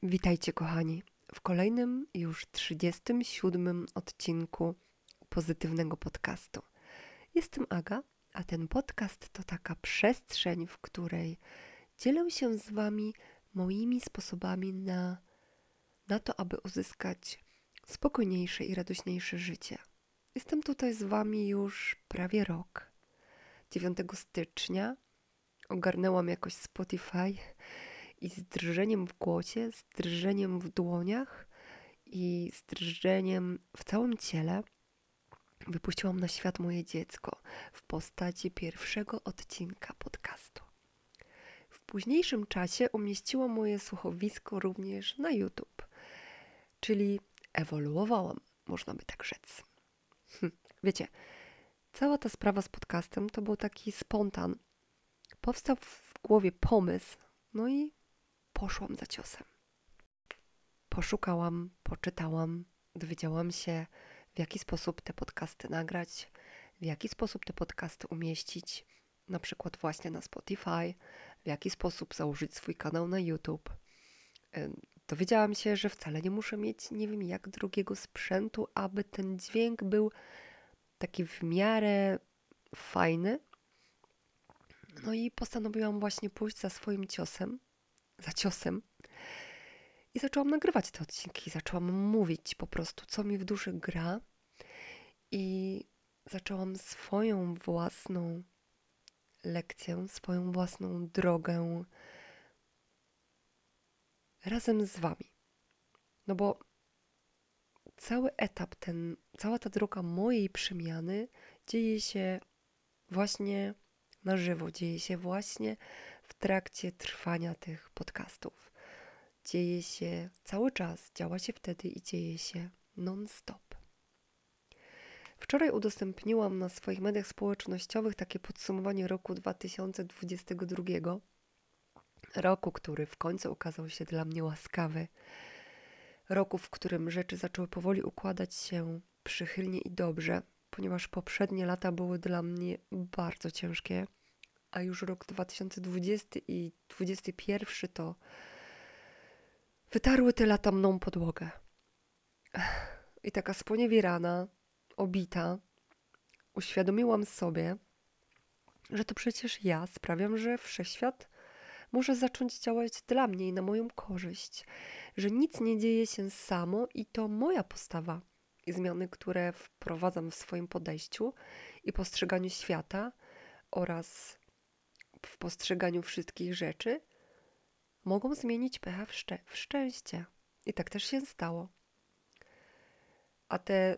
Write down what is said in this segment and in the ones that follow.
Witajcie kochani w kolejnym już 37 odcinku pozytywnego podcastu. Jestem Aga, a ten podcast to taka przestrzeń, w której dzielę się z Wami moimi sposobami na to, aby uzyskać spokojniejsze i radośniejsze życie. Jestem tutaj z Wami już prawie rok. 9 stycznia ogarnęłam jakoś Spotify i z drżeniem w głosie, z drżeniem w dłoniach i z drżeniem w całym ciele wypuściłam na świat moje dziecko w postaci pierwszego odcinka podcastu. W późniejszym czasie umieściłam moje słuchowisko również na YouTube, czyli ewoluowałam, można by tak rzec. Wiecie, cała ta sprawa z podcastem to był taki spontan. Powstał w głowie pomysł, no i poszłam za ciosem. Poszukałam, poczytałam, dowiedziałam się, w jaki sposób te podcasty nagrać, w jaki sposób te podcasty umieścić, na przykład właśnie na Spotify, w jaki sposób założyć swój kanał na YouTube. Dowiedziałam się, że wcale nie muszę mieć nie wiem jak drugiego sprzętu, aby ten dźwięk był taki w miarę fajny. No i postanowiłam właśnie pójść za swoim ciosem i zaczęłam nagrywać te odcinki, zaczęłam mówić po prostu, co mi w duszy gra i zaczęłam swoją własną lekcję, swoją własną drogę razem z Wami. No bo cały etap, cała ta droga mojej przemiany dzieje się właśnie na żywo, dzieje się właśnie w trakcie trwania tych podcastów. Dzieje się cały czas, działa się wtedy i dzieje się non-stop. Wczoraj udostępniłam na swoich mediach społecznościowych takie podsumowanie roku 2022. Roku, który w końcu okazał się dla mnie łaskawy. Roku, w którym rzeczy zaczęły powoli układać się przychylnie i dobrze, ponieważ poprzednie lata były dla mnie bardzo ciężkie, a już rok 2020 i 2021 to wytarły te lata mną podłogę. I taka sponiewierana, obita, uświadomiłam sobie, że to przecież ja sprawiam, że wszechświat może zacząć działać dla mnie i na moją korzyść, że nic nie dzieje się samo i to moja postawa i zmiany, które wprowadzam w swoim podejściu i postrzeganiu świata oraz w postrzeganiu wszystkich rzeczy, mogą zmienić pecha w szczęście. I tak też się stało. A te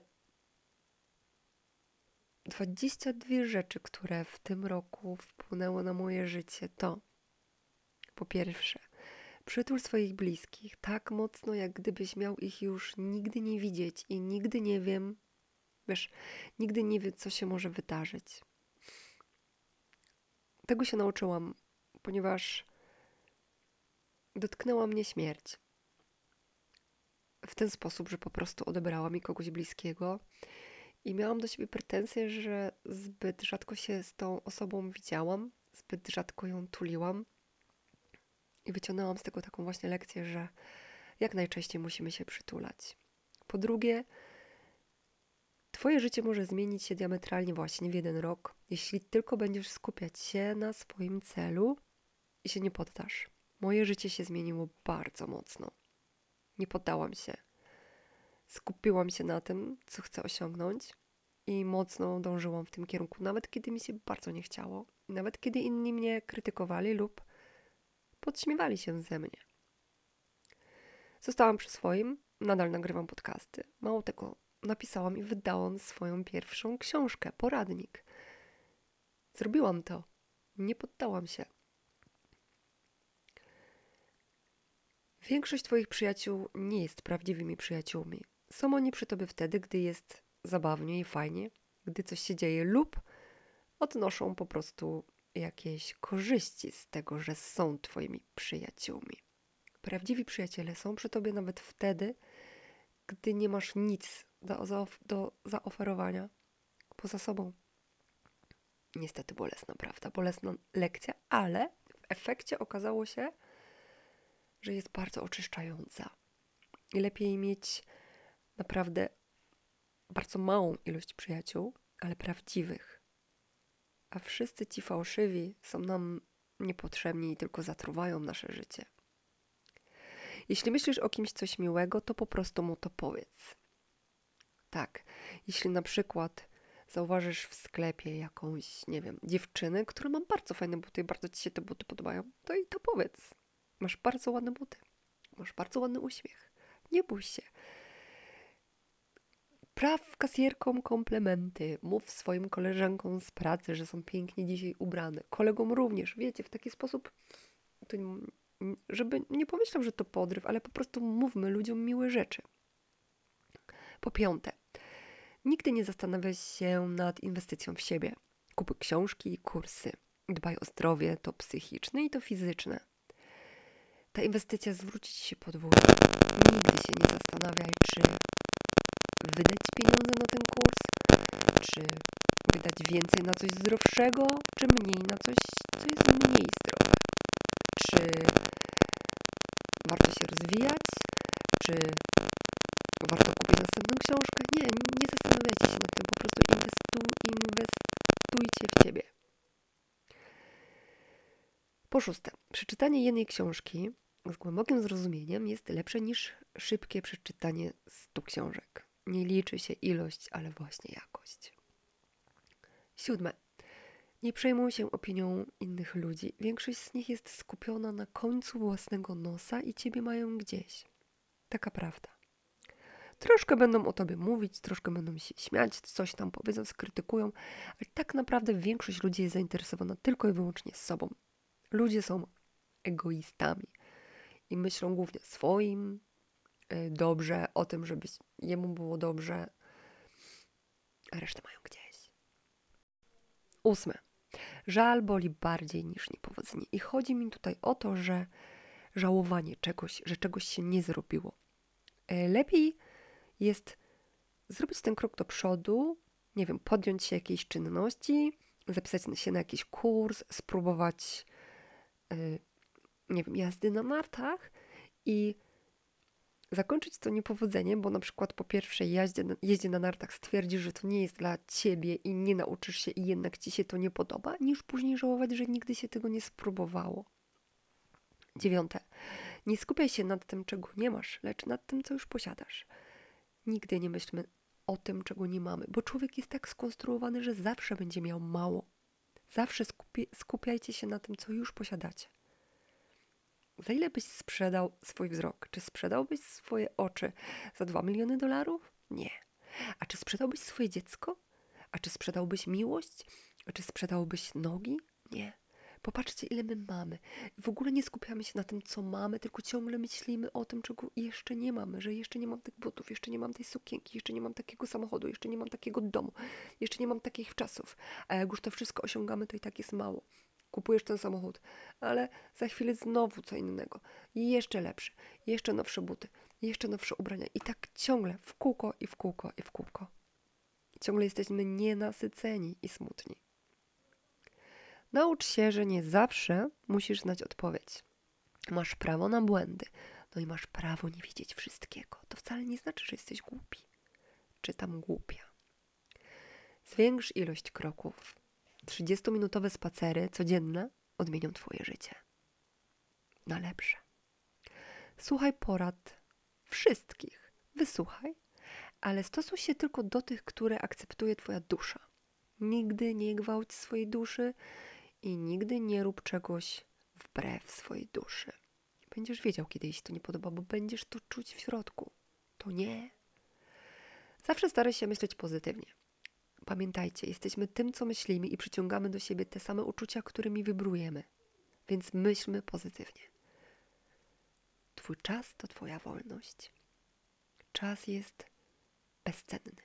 22 rzeczy, które w tym roku wpłynęły na moje życie, to po pierwsze, przytul swoich bliskich tak mocno, jak gdybyś miał ich już nigdy nie widzieć i nigdy nie wiem, nigdy nie wiem, co się może wydarzyć. Tego się nauczyłam, ponieważ dotknęła mnie śmierć. W ten sposób, że po prostu odebrała mi kogoś bliskiego i miałam do siebie pretensje, że zbyt rzadko się z tą osobą widziałam, zbyt rzadko ją tuliłam i wyciągnęłam z tego taką właśnie lekcję, że jak najczęściej musimy się przytulać. Po drugie, Twoje życie może zmienić się diametralnie właśnie w jeden rok, jeśli tylko będziesz skupiać się na swoim celu i się nie poddasz. Moje życie się zmieniło bardzo mocno. Nie poddałam się. Skupiłam się na tym, co chcę osiągnąć i mocno dążyłam w tym kierunku, nawet kiedy mi się bardzo nie chciało. Nawet kiedy inni mnie krytykowali lub podśmiewali się ze mnie. Zostałam przy swoim, nadal nagrywam podcasty. Mało tego, napisałam i wydałam swoją pierwszą książkę, poradnik. Zrobiłam to. Nie poddałam się. Większość Twoich przyjaciół nie jest prawdziwymi przyjaciółmi. Są oni przy Tobie wtedy, gdy jest zabawnie i fajnie, gdy coś się dzieje lub odnoszą po prostu jakieś korzyści z tego, że są Twoimi przyjaciółmi. Prawdziwi przyjaciele są przy Tobie nawet wtedy, gdy nie masz nic do zaoferowania poza sobą. Niestety bolesna prawda, bolesna lekcja, ale w efekcie okazało się, że jest bardzo oczyszczająca. I lepiej mieć naprawdę bardzo małą ilość przyjaciół, ale prawdziwych. A wszyscy ci fałszywi są nam niepotrzebni i tylko zatruwają nasze życie. Jeśli myślisz o kimś coś miłego, to po prostu mu to powiedz. Tak, jeśli na przykład zauważysz w sklepie jakąś, nie wiem, dziewczynę, która ma bardzo fajne buty i bardzo ci się te buty podobają, to jej to powiedz. Masz bardzo ładne buty. Masz bardzo ładny uśmiech. Nie bój się. Praw kasjerkom komplementy. Mów swoim koleżankom z pracy, że są pięknie dzisiaj ubrane. Kolegom również. Wiecie, w taki sposób, żeby nie pomyślał, że to podryw, ale po prostu mówmy ludziom miłe rzeczy. Po piąte, nigdy nie zastanawiaj się nad inwestycją w siebie. Kupuj książki i kursy. Dbaj o zdrowie, to psychiczne i to fizyczne. Ta inwestycja zwróci ci się podwójnie. Nigdy się nie zastanawiaj, czy wydać pieniądze na ten kurs, czy wydać więcej na coś zdrowszego, czy mniej na coś, co jest mniej zdrowe. Czy warto się rozwijać, czy warto kupić następną książkę. Nie zastanawiajcie się nad tym, po prostu inwestujcie w siebie. Po szóste, przeczytanie jednej książki z głębokim zrozumieniem jest lepsze niż szybkie przeczytanie 100 książek. Nie liczy się ilość, ale właśnie jakość. 7. Nie przejmuj się opinią innych ludzi. Większość z nich jest skupiona na końcu własnego nosa i ciebie mają gdzieś. Taka prawda. Troszkę będą o tobie mówić, troszkę będą się śmiać, coś tam powiedzą, skrytykują, ale tak naprawdę większość ludzi jest zainteresowana tylko i wyłącznie sobą. Ludzie są egoistami i myślą głównie swoim, dobrze, o tym, żeby jemu było dobrze, a resztę mają gdzieś. 8. Żal boli bardziej niż niepowodzenie. I chodzi mi tutaj o to, że żałowanie czegoś, że czegoś się nie zrobiło. Lepiej jest zrobić ten krok do przodu, nie wiem, podjąć się jakiejś czynności, zapisać się na jakiś kurs, spróbować, nie wiem, jazdy na nartach i zakończyć to niepowodzeniem, bo na przykład po pierwszej jeździe na nartach stwierdzisz, że to nie jest dla ciebie i nie nauczysz się i jednak ci się to nie podoba, niż później żałować, że nigdy się tego nie spróbowało. 9. Nie skupiaj się nad tym, czego nie masz, lecz nad tym, co już posiadasz. Nigdy nie myślmy o tym, czego nie mamy, bo człowiek jest tak skonstruowany, że zawsze będzie miał mało. Zawsze skupiajcie się na tym, co już posiadacie. Za ile byś sprzedał swój wzrok? Czy sprzedałbyś swoje oczy za $2 miliony? Nie. A czy sprzedałbyś swoje dziecko? A czy sprzedałbyś miłość? A czy sprzedałbyś nogi? Nie. Popatrzcie, ile my mamy. W ogóle nie skupiamy się na tym, co mamy, tylko ciągle myślimy o tym, czego jeszcze nie mamy, że jeszcze nie mam tych butów, jeszcze nie mam tej sukienki, jeszcze nie mam takiego samochodu, jeszcze nie mam takiego domu, jeszcze nie mam takich czasów. A jak już to wszystko osiągamy, to i tak jest mało. Kupujesz ten samochód, ale za chwilę znowu co innego. I jeszcze lepszy, jeszcze nowsze buty, jeszcze nowsze ubrania. I tak ciągle w kółko i w kółko i w kółko. I ciągle jesteśmy nienasyceni i smutni. Naucz się, że nie zawsze musisz znać odpowiedź. Masz prawo na błędy. No i masz prawo nie widzieć wszystkiego. To wcale nie znaczy, że jesteś głupi. Czy tam głupia. Zwiększ ilość kroków. 30-minutowe spacery codzienne odmienią twoje życie. Na lepsze. Słuchaj porad wszystkich. Wysłuchaj, ale stosuj się tylko do tych, które akceptuje twoja dusza. Nigdy nie gwałć swojej duszy i nigdy nie rób czegoś wbrew swojej duszy. Będziesz wiedział, kiedy jej się to nie podoba, bo będziesz to czuć w środku. To nie. Zawsze staraj się myśleć pozytywnie. Pamiętajcie, jesteśmy tym, co myślimy i przyciągamy do siebie te same uczucia, którymi wibrujemy. Więc myślmy pozytywnie. Twój czas to twoja wolność. Czas jest bezcenny.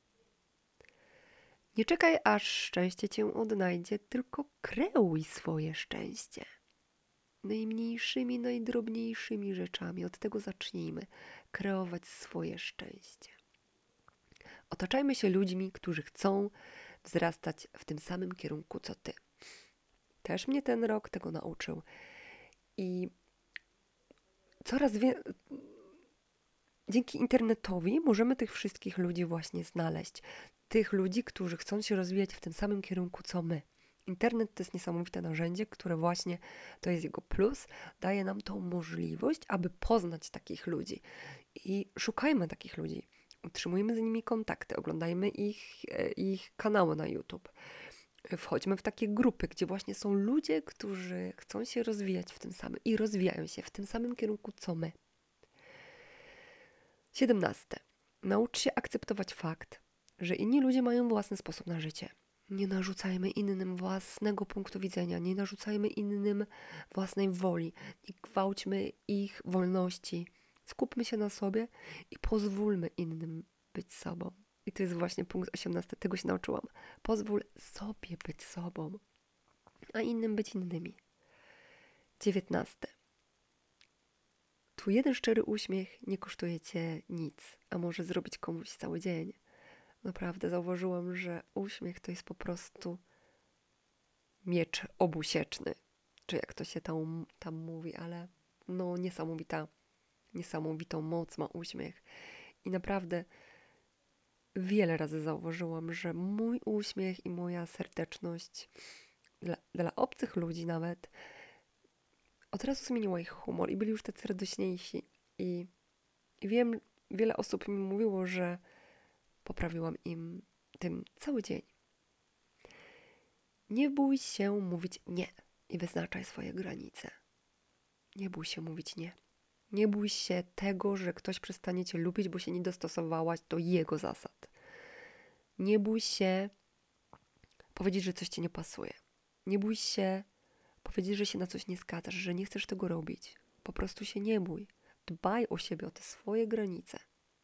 Nie czekaj, aż szczęście cię odnajdzie, tylko kreuj swoje szczęście. Najmniejszymi, najdrobniejszymi rzeczami. Od tego zacznijmy. Kreować swoje szczęście. Otaczajmy się ludźmi, którzy chcą wzrastać w tym samym kierunku, co ty. Też mnie ten rok tego nauczył. I dzięki internetowi możemy tych wszystkich ludzi właśnie znaleźć. Tych ludzi, którzy chcą się rozwijać w tym samym kierunku, co my. Internet to jest niesamowite narzędzie, które właśnie, to jest jego plus, daje nam tą możliwość, aby poznać takich ludzi. I szukajmy takich ludzi. Utrzymujmy z nimi kontakty, oglądajmy ich kanały na YouTube. Wchodźmy w takie grupy, gdzie właśnie są ludzie, którzy chcą się rozwijać w tym samym i rozwijają się w tym samym kierunku, co my. 17. Naucz się akceptować fakt, że inni ludzie mają własny sposób na życie. Nie narzucajmy innym własnego punktu widzenia, nie narzucajmy innym własnej woli, nie gwałćmy ich wolności. Skupmy się na sobie i pozwólmy innym być sobą. I to jest właśnie punkt 18, tego się nauczyłam. Pozwól sobie być sobą, a innym być innymi. 19. Twój jeden szczery uśmiech nie kosztuje cię nic, a może zrobić komuś cały dzień. Naprawdę zauważyłam, że uśmiech to jest po prostu miecz obusieczny, czy jak to się tam mówi, ale no niesamowitą moc ma uśmiech. I naprawdę wiele razy zauważyłam, że mój uśmiech i moja serdeczność dla obcych ludzi nawet od razu zmieniła ich humor i byli już tacy radośniejsi. I wiem, wiele osób mi mówiło, że poprawiłam im tym cały dzień. Nie bój się mówić nie i wyznaczaj swoje granice. Nie bój się mówić nie. Nie bój się tego, że ktoś przestanie cię lubić, bo się nie dostosowałaś do jego zasad. Nie bój się powiedzieć, że coś ci nie pasuje. Nie bój się powiedzieć, że się na coś nie zgadzasz, że nie chcesz tego robić. Po prostu się nie bój. Dbaj o siebie, o te swoje granice.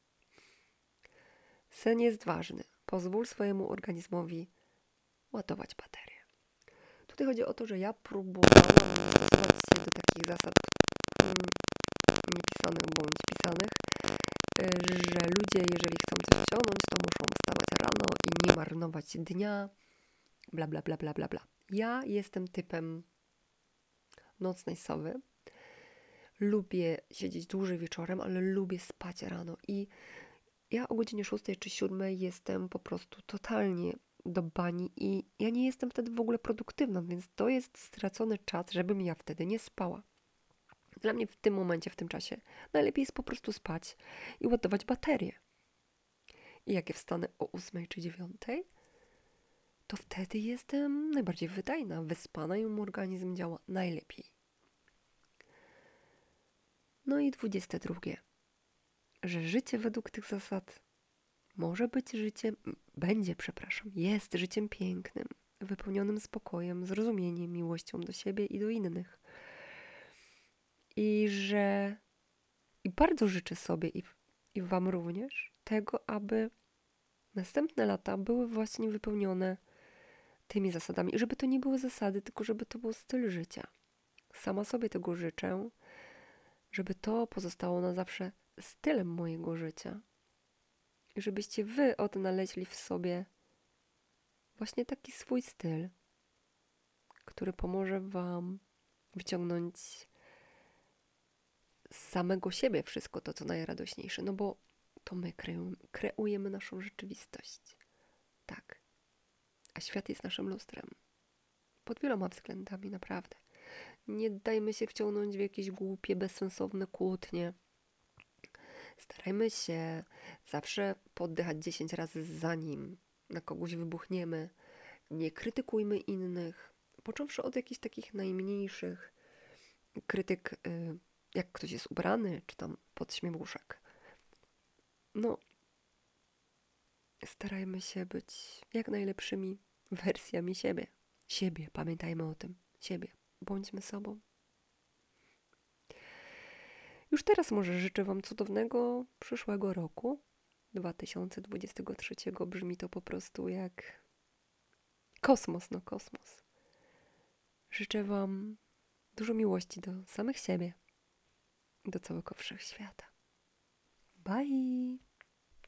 Sen jest ważny. Pozwól swojemu organizmowi ładować baterię. Tutaj chodzi o to, że ja próbowałam dostosować się do takich zasad niepisanych bądź pisanych, że ludzie, jeżeli chcą coś osiągnąć, to muszą wstawać rano i nie marnować dnia, bla, bla, bla, bla, bla, bla. Ja jestem typem nocnej sowy. Lubię siedzieć dłużej wieczorem, ale lubię spać rano i ja o godzinie 6 czy 7 jestem po prostu totalnie do bani i ja nie jestem wtedy w ogóle produktywna, więc to jest stracony czas, żebym ja wtedy nie spała. Dla mnie w tym momencie, w tym czasie najlepiej jest po prostu spać i ładować baterię. I jak ja wstanę o 8 czy 9, to wtedy jestem najbardziej wydajna, wyspana i mój organizm działa najlepiej. No i 22. Że życie według tych zasad jest życiem pięknym, wypełnionym spokojem, zrozumieniem, miłością do siebie i do innych. I bardzo życzę sobie i wam również tego, aby następne lata były właśnie wypełnione tymi zasadami. I żeby to nie były zasady, tylko żeby to był styl życia. Sama sobie tego życzę, żeby to pozostało na zawsze stylem mojego życia. I żebyście wy odnaleźli w sobie właśnie swój styl, który pomoże wam wyciągnąć z samego siebie wszystko to, co najradośniejsze. No bo to my kreujemy naszą rzeczywistość. Tak. A świat jest naszym lustrem. Pod wieloma względami, naprawdę. Nie dajmy się wciągnąć w jakieś głupie, bezsensowne kłótnie. Starajmy się zawsze poddychać 10 razy zanim na kogoś wybuchniemy. Nie krytykujmy innych. Począwszy od jakichś takich najmniejszych krytyk, jak ktoś jest ubrany, czy tam podśmiewuszek. No, starajmy się być jak najlepszymi wersjami siebie. Siebie, pamiętajmy o tym. Siebie. Bądźmy sobą. Już teraz może życzę wam cudownego przyszłego roku. 2023 brzmi to po prostu jak kosmos, kosmos. Życzę wam dużo miłości do samych siebie, do całego wszechświata. Bye!